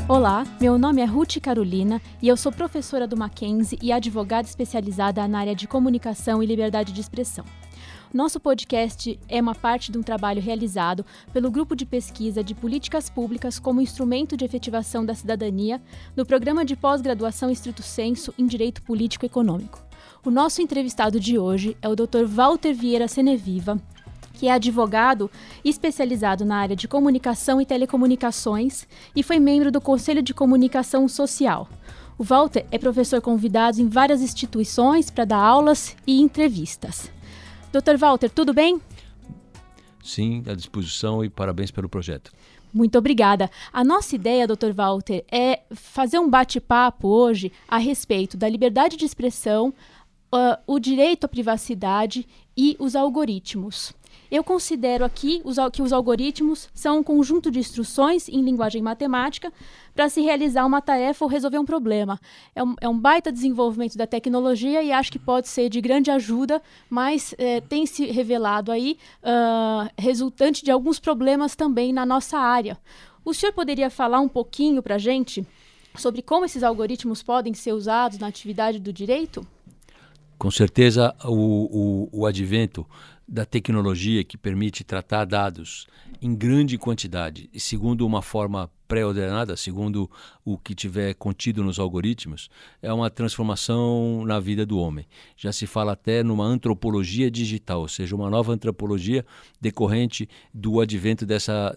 Olá, meu nome é Ruth Carolina e eu sou professora do Mackenzie e advogada especializada na área de comunicação e liberdade de expressão. Nosso podcast é uma parte de um trabalho realizado pelo Grupo de Pesquisa de Políticas Públicas como Instrumento de Efetivação da Cidadania do Programa de Pós-Graduação Stricto Sensu em Direito Político e Econômico. O nosso entrevistado de hoje é o Dr. Walter Vieira Seneviva, que é advogado especializado na área de comunicação e telecomunicações e foi membro do Conselho de Comunicação Social. O Walter é professor convidado em várias instituições para dar aulas e entrevistas. Dr. Walter, tudo bem? Sim, à disposição e parabéns pelo projeto. Muito obrigada. A nossa ideia, Dr. Walter, é fazer um bate-papo hoje a respeito da liberdade de expressão, o direito à privacidade e os algoritmos. Eu considero aqui que os algoritmos são um conjunto de instruções em linguagem matemática para se realizar uma tarefa ou resolver um problema. É um baita desenvolvimento da tecnologia e acho que pode ser de grande ajuda, mas tem se revelado aí resultante de alguns problemas também na nossa área. O senhor poderia falar um pouquinho para a gente sobre como esses algoritmos podem ser usados na atividade do direito? Com certeza, o advento da tecnologia que permite tratar dados em grande quantidade e segundo uma forma pré-ordenada, segundo o que tiver contido nos algoritmos, é uma transformação na vida do homem. Já se fala até numa antropologia digital, ou seja, uma nova antropologia decorrente do advento dessa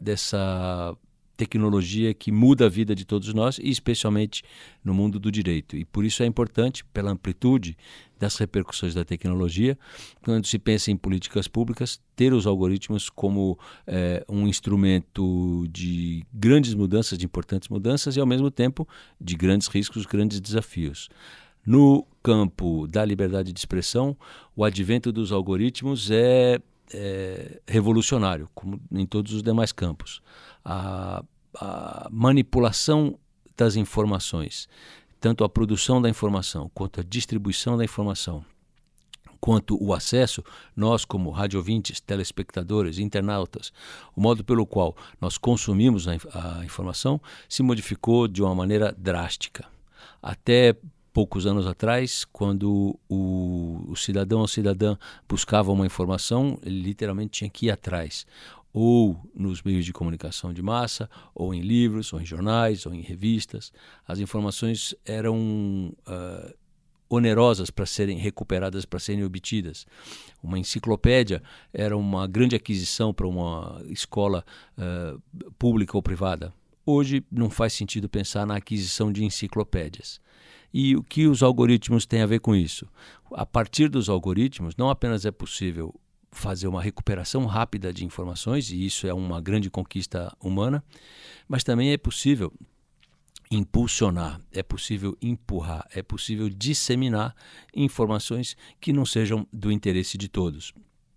tecnologia que muda a vida de todos nós e especialmente no mundo do direito. E por isso é importante, pela amplitude das repercussões da tecnologia, quando se pensa em políticas públicas, ter os algoritmos como um instrumento de grandes mudanças, de importantes mudanças e ao mesmo tempo de grandes riscos, grandes desafios. No campo da liberdade de expressão, o advento dos algoritmos é revolucionário, como em todos os demais campos. A manipulação das informações, tanto a produção da informação, quanto a distribuição da informação, quanto o acesso, nós como radiovintes, telespectadores, internautas, o modo pelo qual nós consumimos a informação se modificou de uma maneira drástica. Até poucos anos atrás, quando o cidadão ou cidadã buscava uma informação, ele literalmente tinha que ir atrás, ou nos meios de comunicação de massa, ou em livros, ou em jornais, ou em revistas. As informações eram onerosas para serem recuperadas, para serem obtidas. Uma enciclopédia era uma grande aquisição para uma escola pública ou privada. Hoje não faz sentido pensar na aquisição de enciclopédias. E o que os algoritmos têm a ver com isso? A partir dos algoritmos, não apenas é possível fazer uma recuperação rápida de informações, e isso é uma grande conquista humana, mas também é possível impulsionar, é possível empurrar, é possível disseminar informações que não sejam do interesse de todos.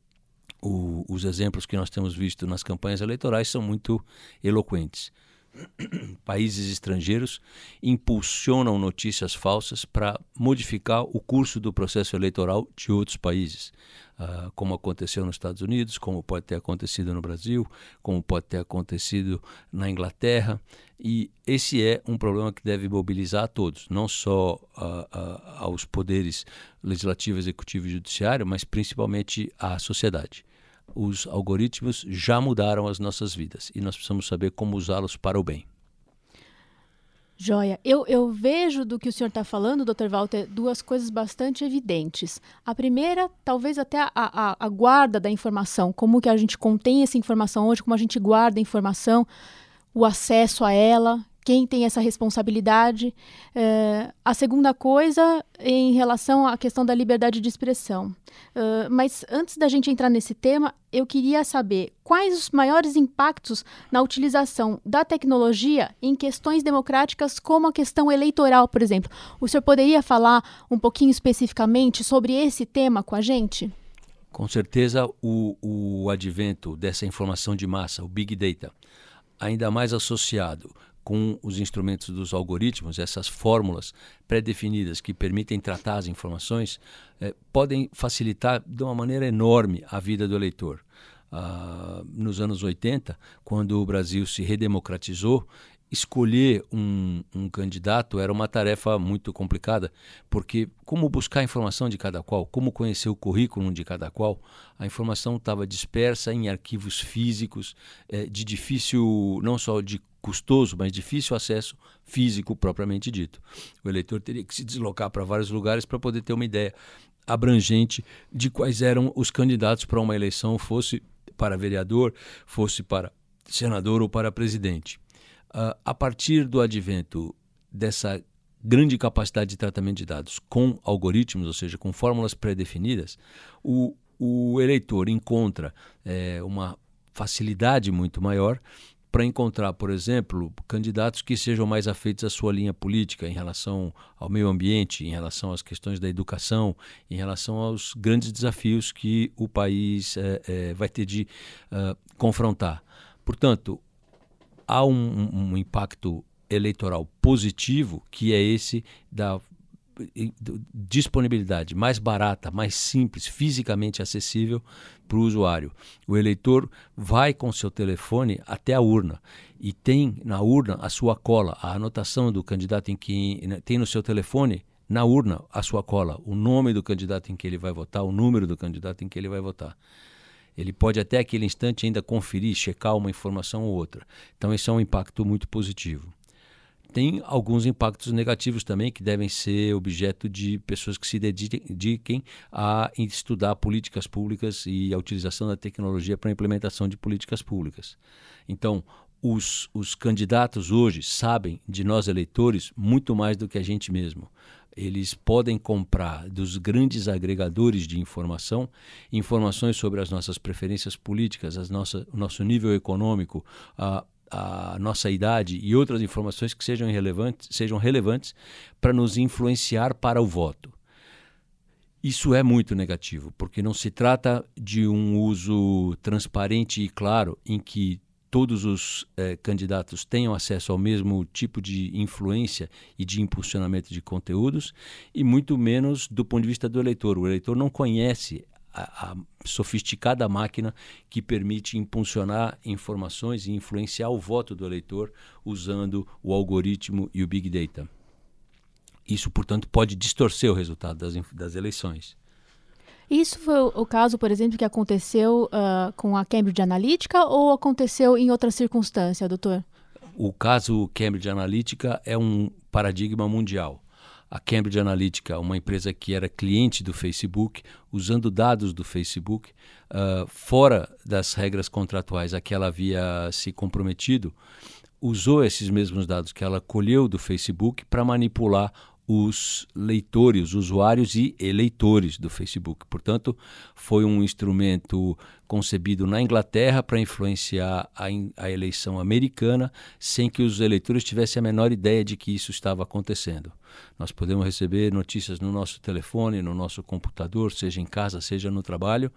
Os exemplos que nós temos visto nas campanhas eleitorais são muito eloquentes. Países estrangeiros impulsionam notícias falsas para modificar o curso do processo eleitoral de outros países, como aconteceu nos Estados Unidos, como pode ter acontecido no Brasil, como pode ter acontecido na Inglaterra. E esse é um problema que deve mobilizar a todos, não só aos poderes legislativo, executivo e judiciário, mas principalmente à sociedade. Os algoritmos já mudaram as nossas vidas e nós precisamos saber como usá-los para o bem. Joia. Eu vejo do que o senhor está falando, Dr. Walter, duas coisas bastante evidentes. A primeira, talvez até a guarda da informação, como que a gente contém essa informação hoje, como a gente guarda a informação, o acesso a ela, quem tem essa responsabilidade. A segunda coisa, em relação à questão da liberdade de expressão. Mas antes da gente entrar nesse tema, eu queria saber quais os maiores impactos na utilização da tecnologia em questões democráticas, como a questão eleitoral, por exemplo. O senhor poderia falar um pouquinho especificamente sobre esse tema com a gente? Com certeza, o advento dessa informação de massa, o Big Data, ainda mais associado com os instrumentos dos algoritmos, essas fórmulas pré-definidas que permitem tratar as informações, podem facilitar de uma maneira enorme a vida do eleitor. Nos anos 80, quando o Brasil se redemocratizou, escolher um candidato era uma tarefa muito complicada, porque como buscar a informação de cada qual, como conhecer o currículo de cada qual, a informação estava dispersa em arquivos físicos, de difícil, não só de custoso, mas difícil acesso físico propriamente dito. O eleitor teria que se deslocar para vários lugares para poder ter uma ideia abrangente de quais eram os candidatos para uma eleição, fosse para vereador, fosse para senador ou para presidente. A partir do advento dessa grande capacidade de tratamento de dados com algoritmos, ou seja, com fórmulas pré-definidas, o eleitor encontra uma facilidade muito maior para encontrar, por exemplo, candidatos que sejam mais afeitos à sua linha política em relação ao meio ambiente, em relação às questões da educação, em relação aos grandes desafios que o país vai ter de confrontar. Portanto, há um impacto eleitoral positivo, que é esse da disponibilidade mais barata, mais simples, fisicamente acessível para o usuário. O eleitor vai com seu telefone até a urna e tem na urna a sua cola, a anotação do candidato em que tem no seu telefone, na urna, a sua cola, o nome do candidato em que ele vai votar, o número do candidato em que ele vai votar. Ele pode até aquele instante ainda conferir, checar uma informação ou outra. Então esse é um impacto muito positivo. Tem alguns impactos negativos também que devem ser objeto de pessoas que se dediquem a estudar políticas públicas e a utilização da tecnologia para a implementação de políticas públicas. Então, os candidatos hoje sabem de nós eleitores muito mais do que a gente mesmo. Eles podem comprar dos grandes agregadores de informação, informações sobre as nossas preferências políticas, o nosso nível econômico, a nossa idade e outras informações que sejam relevantes para nos influenciar para o voto. Isso é muito negativo, porque não se trata de um uso transparente e claro em que todos os candidatos tenham acesso ao mesmo tipo de influência e de impulsionamento de conteúdos, e muito menos do ponto de vista do eleitor. O eleitor não conhece a sofisticada máquina que permite impulsionar informações e influenciar o voto do eleitor usando o algoritmo e o Big Data. Isso, portanto, pode distorcer o resultado das eleições. Isso foi o caso, por exemplo, que aconteceu com a Cambridge Analytica ou aconteceu em outra circunstância, doutor? O caso Cambridge Analytica é um paradigma mundial. A Cambridge Analytica, uma empresa que era cliente do Facebook, usando dados do Facebook, fora das regras contratuais a que ela havia se comprometido, usou esses mesmos dados que ela colheu do Facebook para manipular os leitores, os usuários e eleitores do Facebook. Portanto, foi um instrumento concebido na Inglaterra para influenciar a eleição americana sem que os eleitores tivessem a menor ideia de que isso estava acontecendo. Nós podemos receber notícias no nosso telefone, no nosso computador, seja em casa, seja no trabalho,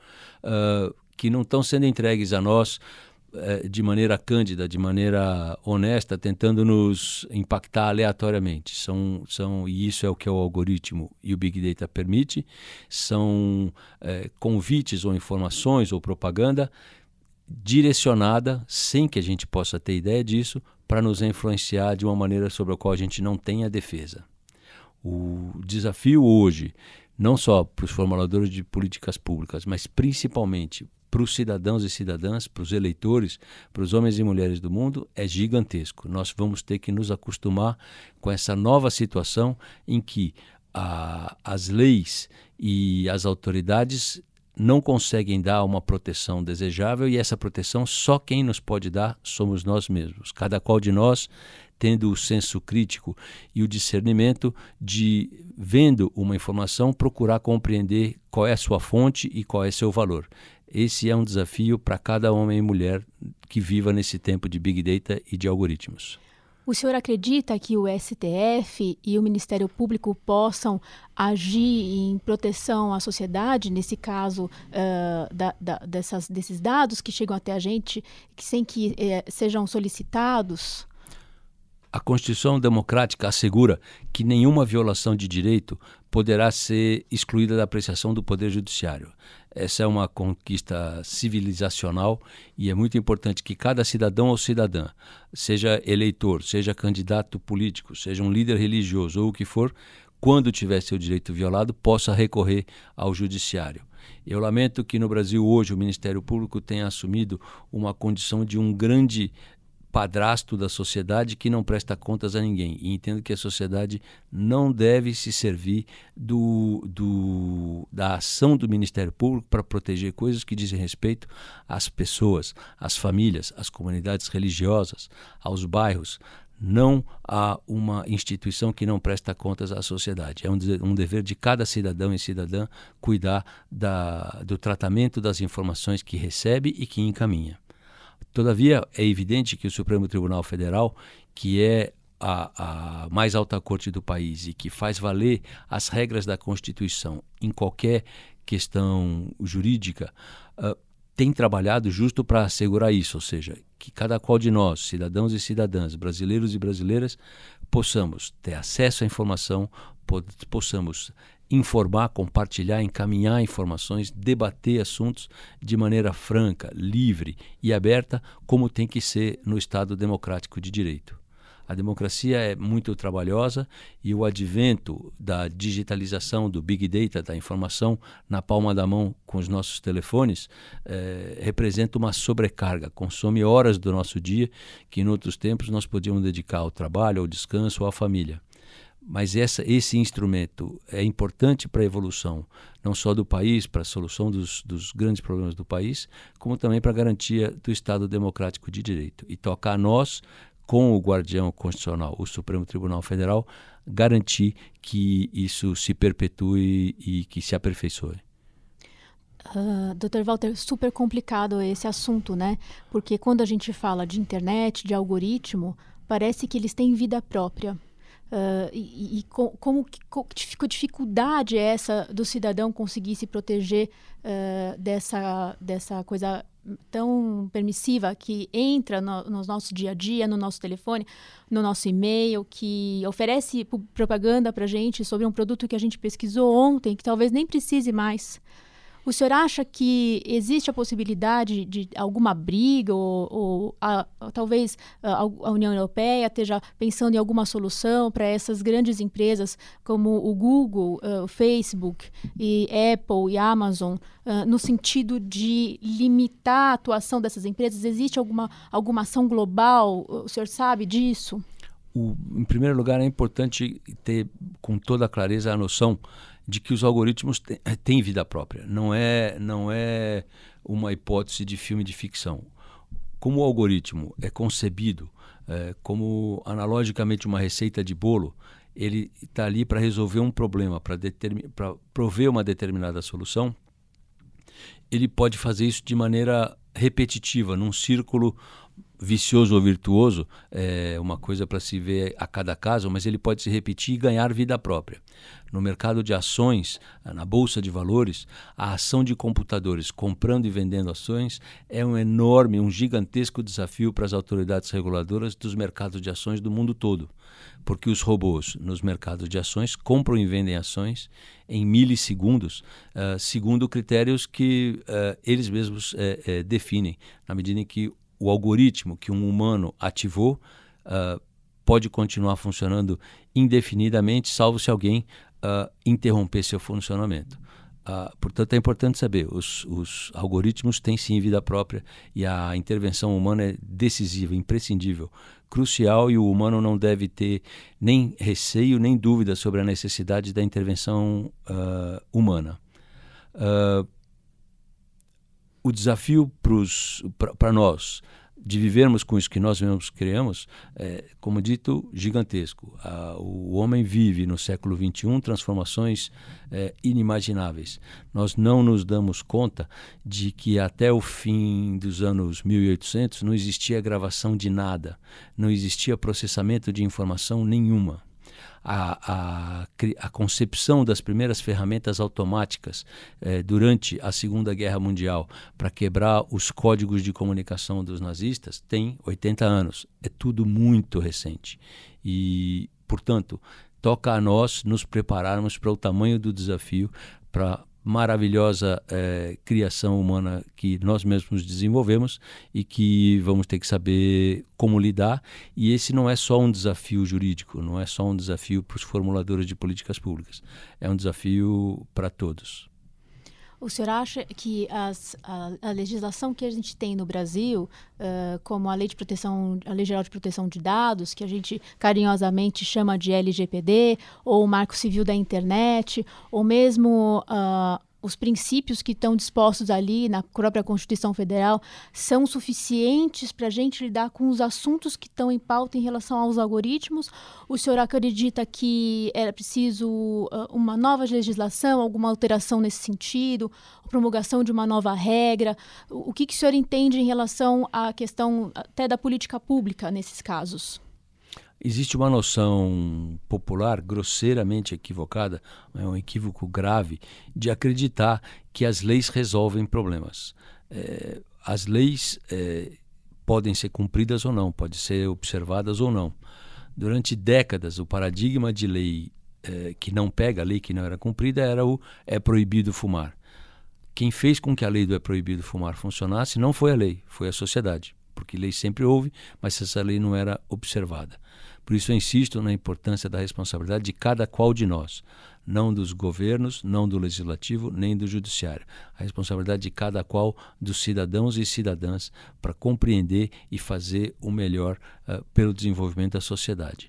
que não estão sendo entregues a nós de maneira cândida, de maneira honesta, tentando nos impactar aleatoriamente. E isso é o que o algoritmo e o Big Data permite, são convites ou informações ou propaganda direcionada, sem que a gente possa ter ideia disso, para nos influenciar de uma maneira sobre a qual a gente não tem a defesa. O desafio hoje, não só para os formuladores de políticas públicas, mas principalmente para os cidadãos e cidadãs, para os eleitores, para os homens e mulheres do mundo, é gigantesco. Nós vamos ter que nos acostumar com essa nova situação em que as leis e as autoridades não conseguem dar uma proteção desejável, e essa proteção só quem nos pode dar somos nós mesmos. Cada qual de nós tendo o senso crítico e o discernimento de, vendo uma informação, procurar compreender qual é a sua fonte e qual é seu valor. Esse é um desafio para cada homem e mulher que viva nesse tempo de Big Data e de algoritmos. O senhor acredita que o STF e o Ministério Público possam agir em proteção à sociedade, nesse caso desses dados que chegam até a gente, sem que sejam solicitados? A Constituição Democrática assegura que nenhuma violação de direito poderá ser excluída da apreciação do Poder Judiciário. Essa é uma conquista civilizacional e é muito importante que cada cidadão ou cidadã, seja eleitor, seja candidato político, seja um líder religioso ou o que for, quando tiver seu direito violado, possa recorrer ao Judiciário. Eu lamento que no Brasil hoje o Ministério Público tenha assumido uma condição de um grande padrasto da sociedade que não presta contas a ninguém. E entendo que a sociedade não deve se servir da ação do Ministério Público para proteger coisas que dizem respeito às pessoas, às famílias, às comunidades religiosas, aos bairros, não a uma instituição que não presta contas à sociedade. É um dever de cada cidadão e cidadã cuidar do tratamento das informações que recebe e que encaminha. Todavia, é evidente que o Supremo Tribunal Federal, que é a mais alta corte do país e que faz valer as regras da Constituição em qualquer questão jurídica, tem trabalhado justo para assegurar isso, ou seja, que cada qual de nós, cidadãos e cidadãs, brasileiros e brasileiras, possamos ter acesso à informação, possamos informar, compartilhar, encaminhar informações, debater assuntos de maneira franca, livre e aberta, como tem que ser no Estado democrático de direito. A democracia é muito trabalhosa e o advento da digitalização, do Big Data, da informação na palma da mão com os nossos telefones, representa uma sobrecarga, consome horas do nosso dia que em outros tempos nós podíamos dedicar ao trabalho, ao descanso, à família. Mas esse instrumento é importante para a evolução, não só do país, para a solução dos grandes problemas do país, como também para a garantia do Estado democrático de direito. E toca a nós, com o guardião constitucional, o Supremo Tribunal Federal, garantir que isso se perpetue e que se aperfeiçoe. Dr. Walter, super complicado esse assunto, né? Porque quando a gente fala de internet, de algoritmo, parece que eles têm vida própria. Que dificuldade é essa do cidadão conseguir se proteger dessa coisa tão permissiva que entra no nosso dia a dia, no nosso telefone, no nosso e-mail, que oferece propaganda para a gente sobre um produto que a gente pesquisou ontem, que talvez nem precise mais. O senhor acha que existe a possibilidade de alguma briga ou talvez a União Europeia esteja pensando em alguma solução para essas grandes empresas como o Google, o Facebook, e Apple e Amazon, no sentido de limitar a atuação dessas empresas? Existe alguma ação global? O senhor sabe disso? Em primeiro lugar, é importante ter com toda a clareza a noção de que os algoritmos têm vida própria. Não é uma hipótese de filme de ficção. Como o algoritmo é concebido como analogicamente uma receita de bolo, ele está ali para resolver um problema, para prover uma determinada solução. Ele pode fazer isso de maneira repetitiva, num círculo vicioso ou virtuoso, é uma coisa para se ver a cada caso, mas ele pode se repetir e ganhar vida própria. No mercado de ações, na Bolsa de Valores, a ação de computadores comprando e vendendo ações é um gigantesco desafio para as autoridades reguladoras dos mercados de ações do mundo todo, porque os robôs nos mercados de ações compram e vendem ações em milissegundos, segundo critérios que eles mesmos definem, na medida em que o algoritmo que um humano ativou pode continuar funcionando indefinidamente, salvo se alguém interromper seu funcionamento. Portanto, é importante saber, os algoritmos têm sim vida própria e a intervenção humana é decisiva, imprescindível, crucial, e o humano não deve ter nem receio nem dúvida sobre a necessidade da intervenção humana. O desafio para nós de vivermos com isso que nós mesmos criamos é, como dito, gigantesco. O homem vive no século XXI transformações inimagináveis. Nós não nos damos conta de que até o fim dos anos 1800 não existia gravação de nada, não existia processamento de informação nenhuma. a concepção das primeiras ferramentas automáticas durante a Segunda Guerra Mundial para quebrar os códigos de comunicação dos nazistas tem 80 anos. É tudo muito recente. E, portanto, toca a nós nos prepararmos para o tamanho do desafio, para a maravilhosa criação humana que nós mesmos desenvolvemos e que vamos ter que saber como lidar. E esse não é só um desafio jurídico, não é só um desafio para os formuladores de políticas públicas, é um desafio para todos. O senhor acha que a legislação que a gente tem no Brasil, como a Lei Geral de Proteção de Dados, que a gente carinhosamente chama de LGPD, ou o Marco Civil da Internet, ou mesmo os princípios que estão dispostos ali na própria Constituição Federal, são suficientes para a gente lidar com os assuntos que estão em pauta em relação aos algoritmos? O senhor acredita que era preciso uma nova legislação, alguma alteração nesse sentido, a promulgação de uma nova regra? O que o senhor entende em relação à questão até da política pública nesses casos? Existe uma noção popular grosseiramente equivocada, um equívoco grave, de acreditar que as leis resolvem problemas. As leis podem ser cumpridas ou não, podem ser observadas ou não. Durante décadas, o paradigma de lei que não pega, a lei que não era cumprida, era o é proibido fumar. Quem fez com que a lei do é proibido fumar funcionasse não foi a lei, foi a sociedade. Porque lei sempre houve, mas essa lei não era observada. Por isso eu insisto na importância da responsabilidade de cada qual de nós, não dos governos, não do legislativo, nem do judiciário. A responsabilidade de cada qual dos cidadãos e cidadãs para compreender e fazer o melhor pelo desenvolvimento da sociedade.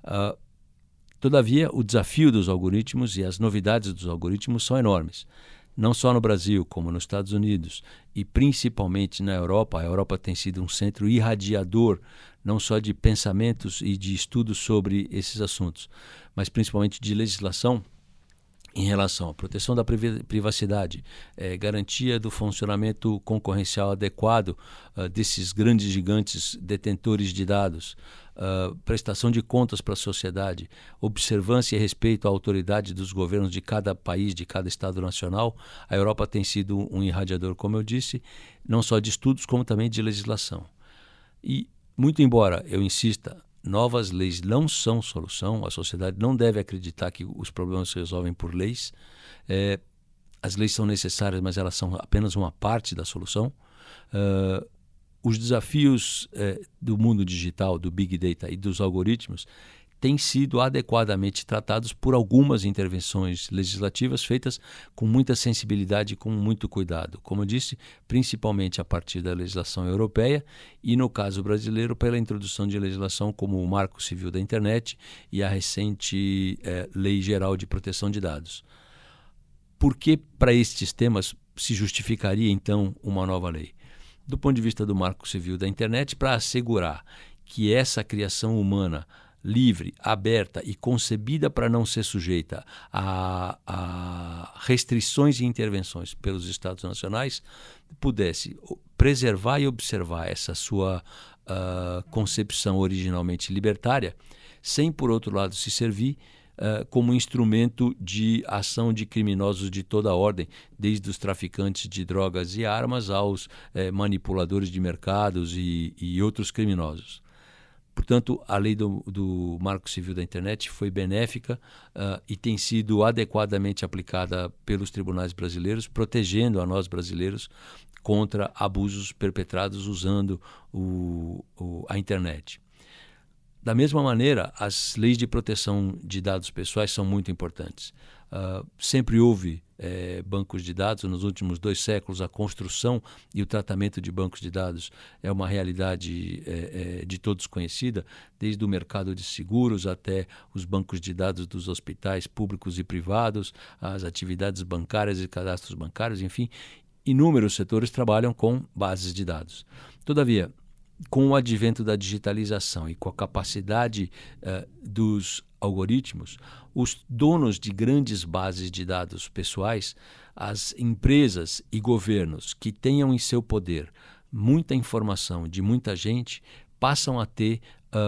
Todavia, o desafio dos algoritmos e as novidades dos algoritmos são enormes. Não só no Brasil, como nos Estados Unidos e principalmente na Europa. A Europa tem sido um centro irradiador, não só de pensamentos e de estudos sobre esses assuntos, mas principalmente de legislação em relação à proteção da privacidade, garantia do funcionamento concorrencial adequado desses grandes gigantes detentores de dados, prestação de contas para a sociedade, observância e respeito à autoridade dos governos de cada país, de cada Estado nacional. A Europa tem sido um irradiador, como eu disse, não só de estudos, como também de legislação. E, muito embora eu insista, novas leis não são solução, a sociedade não deve acreditar que os problemas se resolvem por leis. As leis são necessárias, mas elas são apenas uma parte da solução. Os desafios do mundo digital, do Big Data e dos algoritmos têm sido adequadamente tratados por algumas intervenções legislativas feitas com muita sensibilidade e com muito cuidado. Como eu disse, principalmente a partir da legislação europeia e, no caso brasileiro, pela introdução de legislação como o Marco Civil da Internet e a recente Lei Geral de Proteção de Dados. Por que para estes temas se justificaria, então, uma nova lei? Do ponto de vista do Marco Civil da Internet, para assegurar que essa criação humana livre, aberta e concebida para não ser sujeita a restrições e intervenções pelos Estados nacionais, pudesse preservar e observar essa sua concepção originalmente libertária, sem, por outro lado, se servir como instrumento de ação de criminosos de toda a ordem, desde os traficantes de drogas e armas aos manipuladores de mercados e outros criminosos. Portanto, a lei do Marco Civil da Internet foi benéfica e tem sido adequadamente aplicada pelos tribunais brasileiros, protegendo a nós brasileiros contra abusos perpetrados usando a internet. Da mesma maneira, as leis de proteção de dados pessoais são muito importantes. Sempre houve bancos de dados. Nos últimos 2 séculos, a construção e o tratamento de bancos de dados é uma realidade de todos conhecida, desde o mercado de seguros até os bancos de dados dos hospitais públicos e privados, as atividades bancárias e cadastros bancários, enfim, inúmeros setores trabalham com bases de dados. Todavia, com o advento da digitalização e com a capacidade dos algoritmos, os donos de grandes bases de dados pessoais, as empresas e governos que tenham em seu poder muita informação de muita gente, passam a ter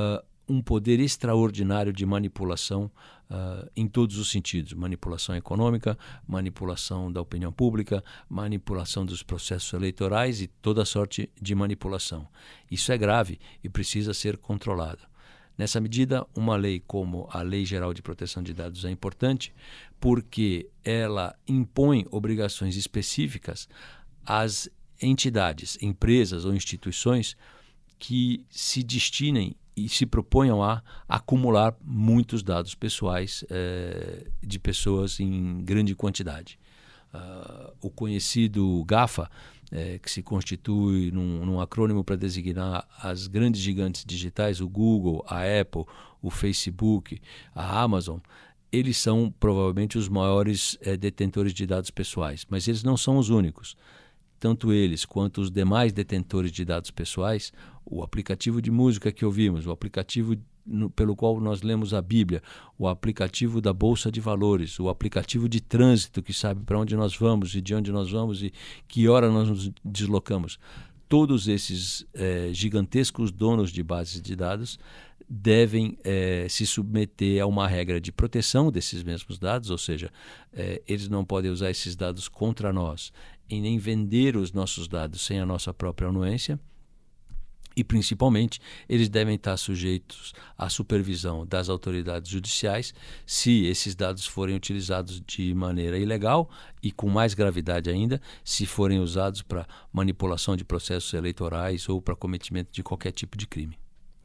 um poder extraordinário de manipulação em todos os sentidos. Manipulação econômica, manipulação da opinião pública, manipulação dos processos eleitorais e toda sorte de manipulação. Isso é grave e precisa ser controlado. Nessa medida, uma lei como a Lei Geral de Proteção de Dados é importante porque ela impõe obrigações específicas às entidades, empresas ou instituições que se destinem e se proponham a acumular muitos dados pessoais de pessoas em grande quantidade. O conhecido GAFA, que se constitui num acrônimo para designar as grandes gigantes digitais, o Google, a Apple, o Facebook, a Amazon, eles são provavelmente os maiores detentores de dados pessoais, mas eles não são os únicos. Tanto eles quanto os demais detentores de dados pessoais, o aplicativo de música que ouvimos, o aplicativo pelo qual nós lemos a Bíblia, o aplicativo da Bolsa de Valores, o aplicativo de trânsito que sabe para onde nós vamos e de onde nós vamos e que hora nós nos deslocamos. Todos esses gigantescos donos de bases de dados devem se submeter a uma regra de proteção desses mesmos dados, ou seja, eles não podem usar esses dados contra nós e nem vender os nossos dados sem a nossa própria anuência. E, principalmente, eles devem estar sujeitos à supervisão das autoridades judiciais se esses dados forem utilizados de maneira ilegal e, com mais gravidade ainda, se forem usados para manipulação de processos eleitorais ou para cometimento de qualquer tipo de crime.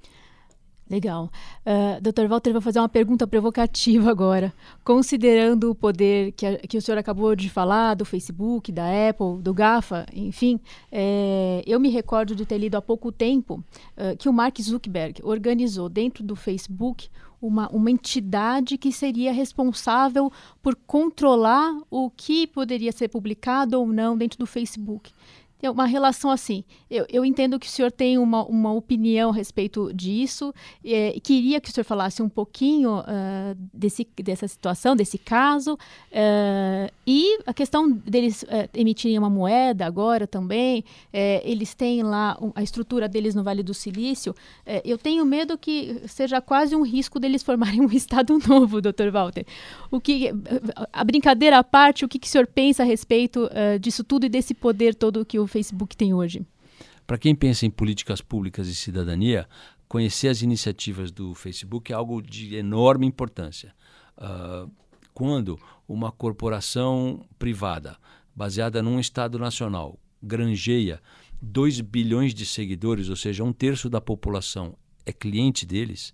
Legal. Dr. Walter, vou fazer uma pergunta provocativa agora. Considerando o poder que o senhor acabou de falar, do Facebook, da Apple, do GAFA, enfim, eu me recordo de ter lido há pouco tempo que o Mark Zuckerberg organizou dentro do Facebook uma entidade que seria responsável por controlar o que poderia ser publicado ou não dentro do Facebook. Tem uma relação assim. Eu entendo que o senhor tem uma opinião a respeito disso. Queria que o senhor falasse um pouquinho dessa situação, desse caso. E a questão deles emitirem uma moeda agora também. Eles têm lá a estrutura deles no Vale do Silício. Eu tenho medo que seja quase um risco deles formarem um Estado novo, Dr. Walter. A brincadeira à parte, o que o senhor pensa a respeito disso tudo e desse poder todo que o Facebook tem hoje? Para quem pensa em políticas públicas e cidadania, conhecer as iniciativas do Facebook é algo de enorme importância. Quando uma corporação privada, baseada num Estado nacional, granjeia 2 bilhões de seguidores, ou seja, 1/3 da população é cliente deles,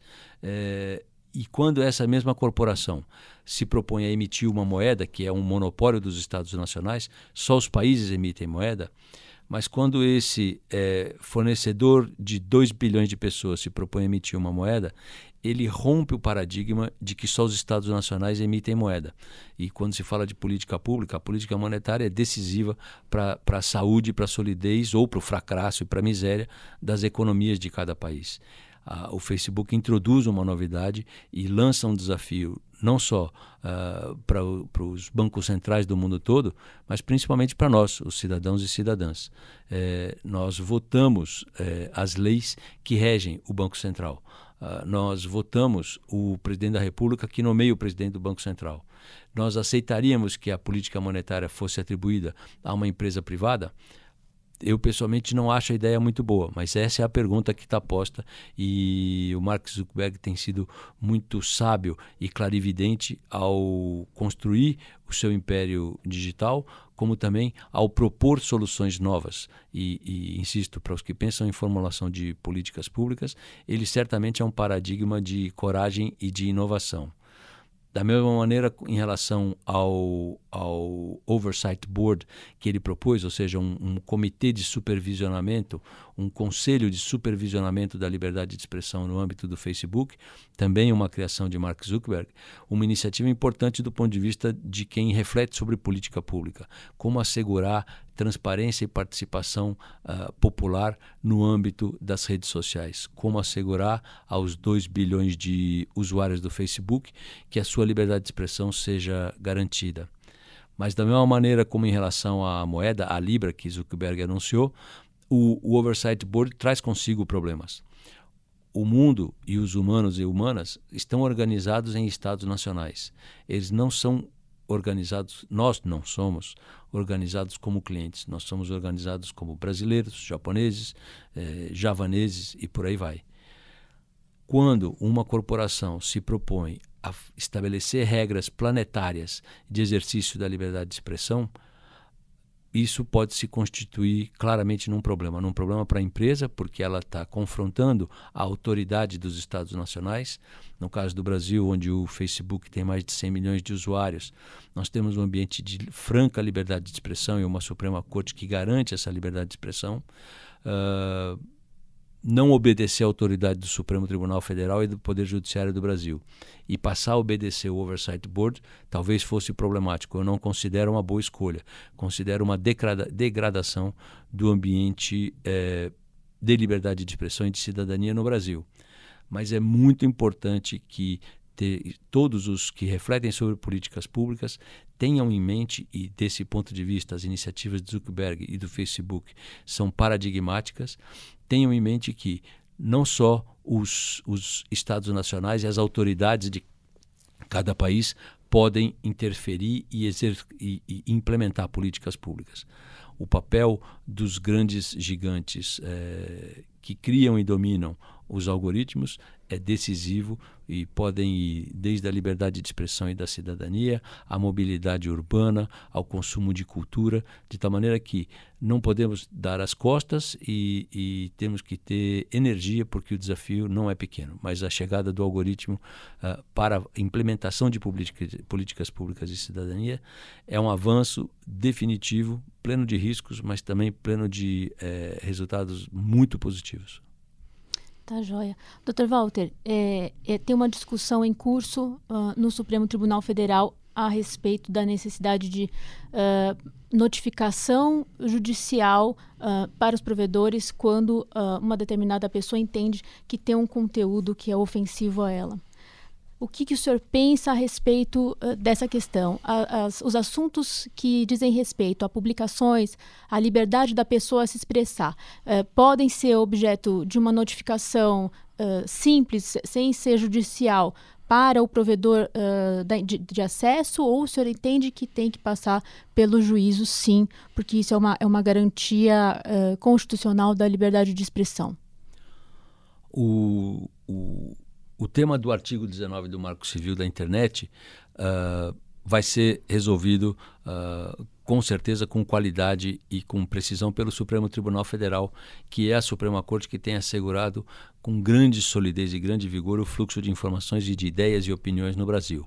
e quando essa mesma corporação se propõe a emitir uma moeda, que é um monopólio dos Estados nacionais, só os países emitem moeda, mas quando esse fornecedor de 2 bilhões de pessoas se propõe a emitir uma moeda, ele rompe o paradigma de que só os Estados nacionais emitem moeda. E quando se fala de política pública, a política monetária é decisiva para a saúde, para a solidez ou para o fracasso e para a miséria das economias de cada país. O Facebook introduz uma novidade e lança um desafio não só para os bancos centrais do mundo todo, mas principalmente para nós, os cidadãos e cidadãs. Nós votamos as leis que regem o Banco Central. Nós votamos o presidente da República que nomeia o presidente do Banco Central. Nós aceitaríamos que a política monetária fosse atribuída a uma empresa privada? Eu, pessoalmente, não acho a ideia muito boa, mas essa é a pergunta que está posta e o Mark Zuckerberg tem sido muito sábio e clarividente ao construir o seu império digital, como também ao propor soluções novas. E insisto, para os que pensam em formulação de políticas públicas, ele certamente é um paradigma de coragem e de inovação. Da mesma maneira, em relação ao Oversight Board que ele propôs, ou seja, um comitê de supervisionamento, um conselho de supervisionamento da liberdade de expressão no âmbito do Facebook, também uma criação de Mark Zuckerberg, uma iniciativa importante do ponto de vista de quem reflete sobre política pública, como assegurar transparência e participação popular no âmbito das redes sociais, como assegurar aos 2 bilhões de usuários do Facebook que a sua liberdade de expressão seja garantida. Mas da mesma maneira como em relação à moeda, a Libra, que Zuckerberg anunciou, o Oversight Board traz consigo problemas. o mundo e os humanos e humanas estão organizados em estados nacionais. Eles não são organizados, nós não somos organizados como clientes, nós somos organizados como brasileiros, japoneses, javaneses e por aí vai. Quando uma corporação se propõe a estabelecer regras planetárias de exercício da liberdade de expressão, isso pode se constituir claramente num problema para a empresa, porque ela está confrontando a autoridade dos Estados nacionais. No caso do Brasil, onde o Facebook tem mais de 100 milhões de usuários, nós temos um ambiente de franca liberdade de expressão e uma Suprema Corte que garante essa liberdade de expressão. Não obedecer à autoridade do Supremo Tribunal Federal e do Poder Judiciário do Brasil e passar a obedecer o Oversight Board talvez fosse problemático. Eu não considero uma boa escolha. Considero uma degradação do ambiente de liberdade de expressão e de cidadania no Brasil. Mas é muito importante que todos os que refletem sobre políticas públicas tenham em mente, e desse ponto de vista as iniciativas de Zuckerberg e do Facebook são paradigmáticas, tenham em mente que não só os estados nacionais e as autoridades de cada país podem interferir e implementar políticas públicas. O papel dos grandes gigantes que criam e dominam os algoritmos é decisivo e podem ir desde a liberdade de expressão e da cidadania, à mobilidade urbana, ao consumo de cultura, de tal maneira que não podemos dar as costas e temos que ter energia, porque o desafio não é pequeno. Mas a chegada do algoritmo para a implementação de políticas públicas de cidadania é um avanço definitivo, pleno de riscos, mas também pleno de resultados muito positivos. Tá joia. Dr. Walter, tem uma discussão em curso no Supremo Tribunal Federal a respeito da necessidade de notificação judicial para os provedores quando uma determinada pessoa entende que tem um conteúdo que é ofensivo a ela. O que o senhor pensa a respeito dessa questão? Os assuntos que dizem respeito a publicações, a liberdade da pessoa a se expressar, podem ser objeto de uma notificação simples, sem ser judicial, para o provedor de acesso, ou o senhor entende que tem que passar pelo juízo, sim, porque isso é uma garantia constitucional da liberdade de expressão? O tema do artigo 19 do Marco Civil da Internet vai ser resolvido com certeza com qualidade e com precisão pelo Supremo Tribunal Federal, que é a Suprema Corte que tem assegurado com grande solidez e grande vigor o fluxo de informações e de ideias e opiniões no Brasil.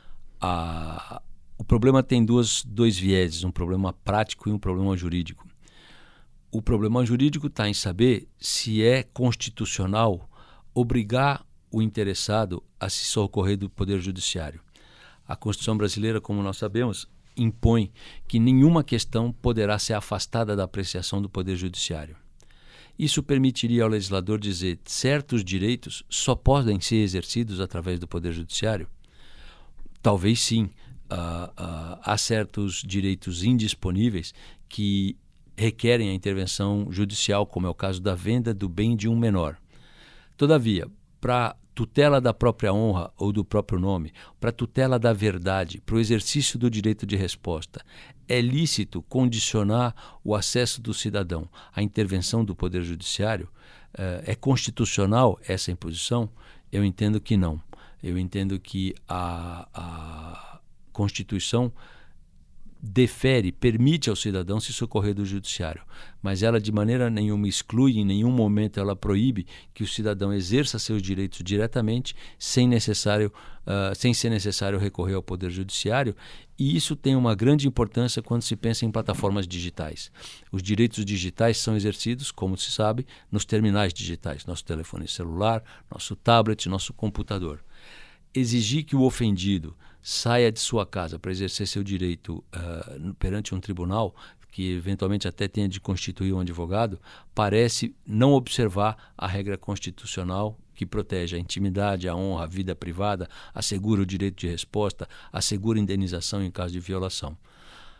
O problema tem dois vieses, um problema prático e um problema jurídico. O problema jurídico está em saber se é constitucional obrigar o interessado a se socorrer do Poder Judiciário. A Constituição brasileira, como nós sabemos, impõe que nenhuma questão poderá ser afastada da apreciação do Poder Judiciário. Isso permitiria ao legislador dizer que certos direitos só podem ser exercidos através do Poder Judiciário? Talvez sim. Há certos direitos indisponíveis que requerem a intervenção judicial, como é o caso da venda do bem de um menor. Todavia, para tutela da própria honra ou do próprio nome, para tutela da verdade, para o exercício do direito de resposta, é lícito condicionar o acesso do cidadão à intervenção do Poder Judiciário? É constitucional essa imposição? Eu entendo que não. Eu entendo que a Constituição permite ao cidadão se socorrer do judiciário, mas ela de maneira nenhuma exclui, em nenhum momento ela proíbe que o cidadão exerça seus direitos diretamente, sem ser necessário recorrer ao Poder Judiciário, e isso tem uma grande importância quando se pensa em plataformas digitais. Os direitos digitais são exercidos, como se sabe, nos terminais digitais, nosso telefone celular, nosso tablet, nosso computador. Exigir que o ofendido saia de sua casa para exercer seu direito perante um tribunal, que eventualmente até tenha de constituir um advogado, parece não observar a regra constitucional que protege a intimidade, a honra, a vida privada, assegura o direito de resposta, assegura indenização em caso de violação.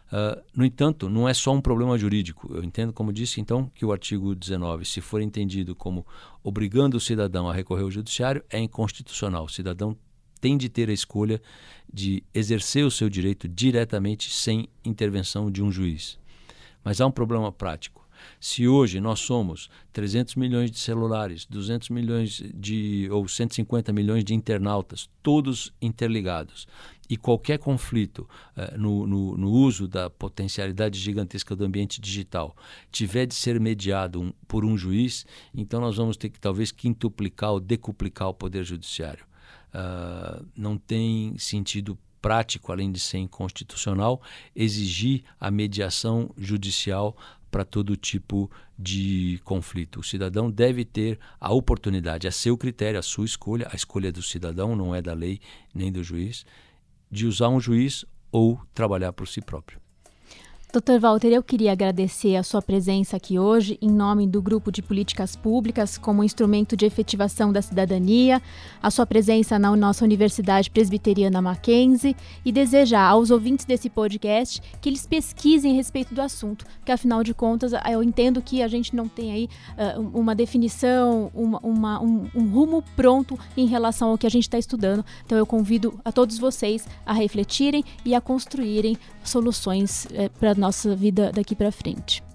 No entanto, não é só um problema jurídico. Eu entendo, como disse, então, que o artigo 19, se for entendido como obrigando o cidadão a recorrer ao judiciário, é inconstitucional. O cidadão tem de ter a escolha de exercer o seu direito diretamente sem intervenção de um juiz. Mas há um problema prático. Se hoje nós somos 300 milhões de celulares, 200 milhões ou 150 milhões de internautas, todos interligados, e qualquer conflito no uso da potencialidade gigantesca do ambiente digital tiver de ser mediado por um juiz, então nós vamos ter que talvez quintuplicar ou decuplicar o poder judiciário. Não tem sentido prático, além de ser inconstitucional, exigir a mediação judicial para todo tipo de conflito. O cidadão deve ter a oportunidade, a seu critério, a sua escolha, a escolha do cidadão, não é da lei nem do juiz, de usar um juiz ou trabalhar por si próprio. Dr. Walter, eu queria agradecer a sua presença aqui hoje em nome do Grupo de Políticas Públicas como instrumento de efetivação da cidadania, a sua presença na nossa Universidade Presbiteriana Mackenzie e desejar aos ouvintes desse podcast que eles pesquisem a respeito do assunto, porque afinal de contas eu entendo que a gente não tem aí uma definição, um rumo pronto em relação ao que a gente está estudando. Então eu convido a todos vocês a refletirem e a construírem soluções para nossa vida daqui para frente.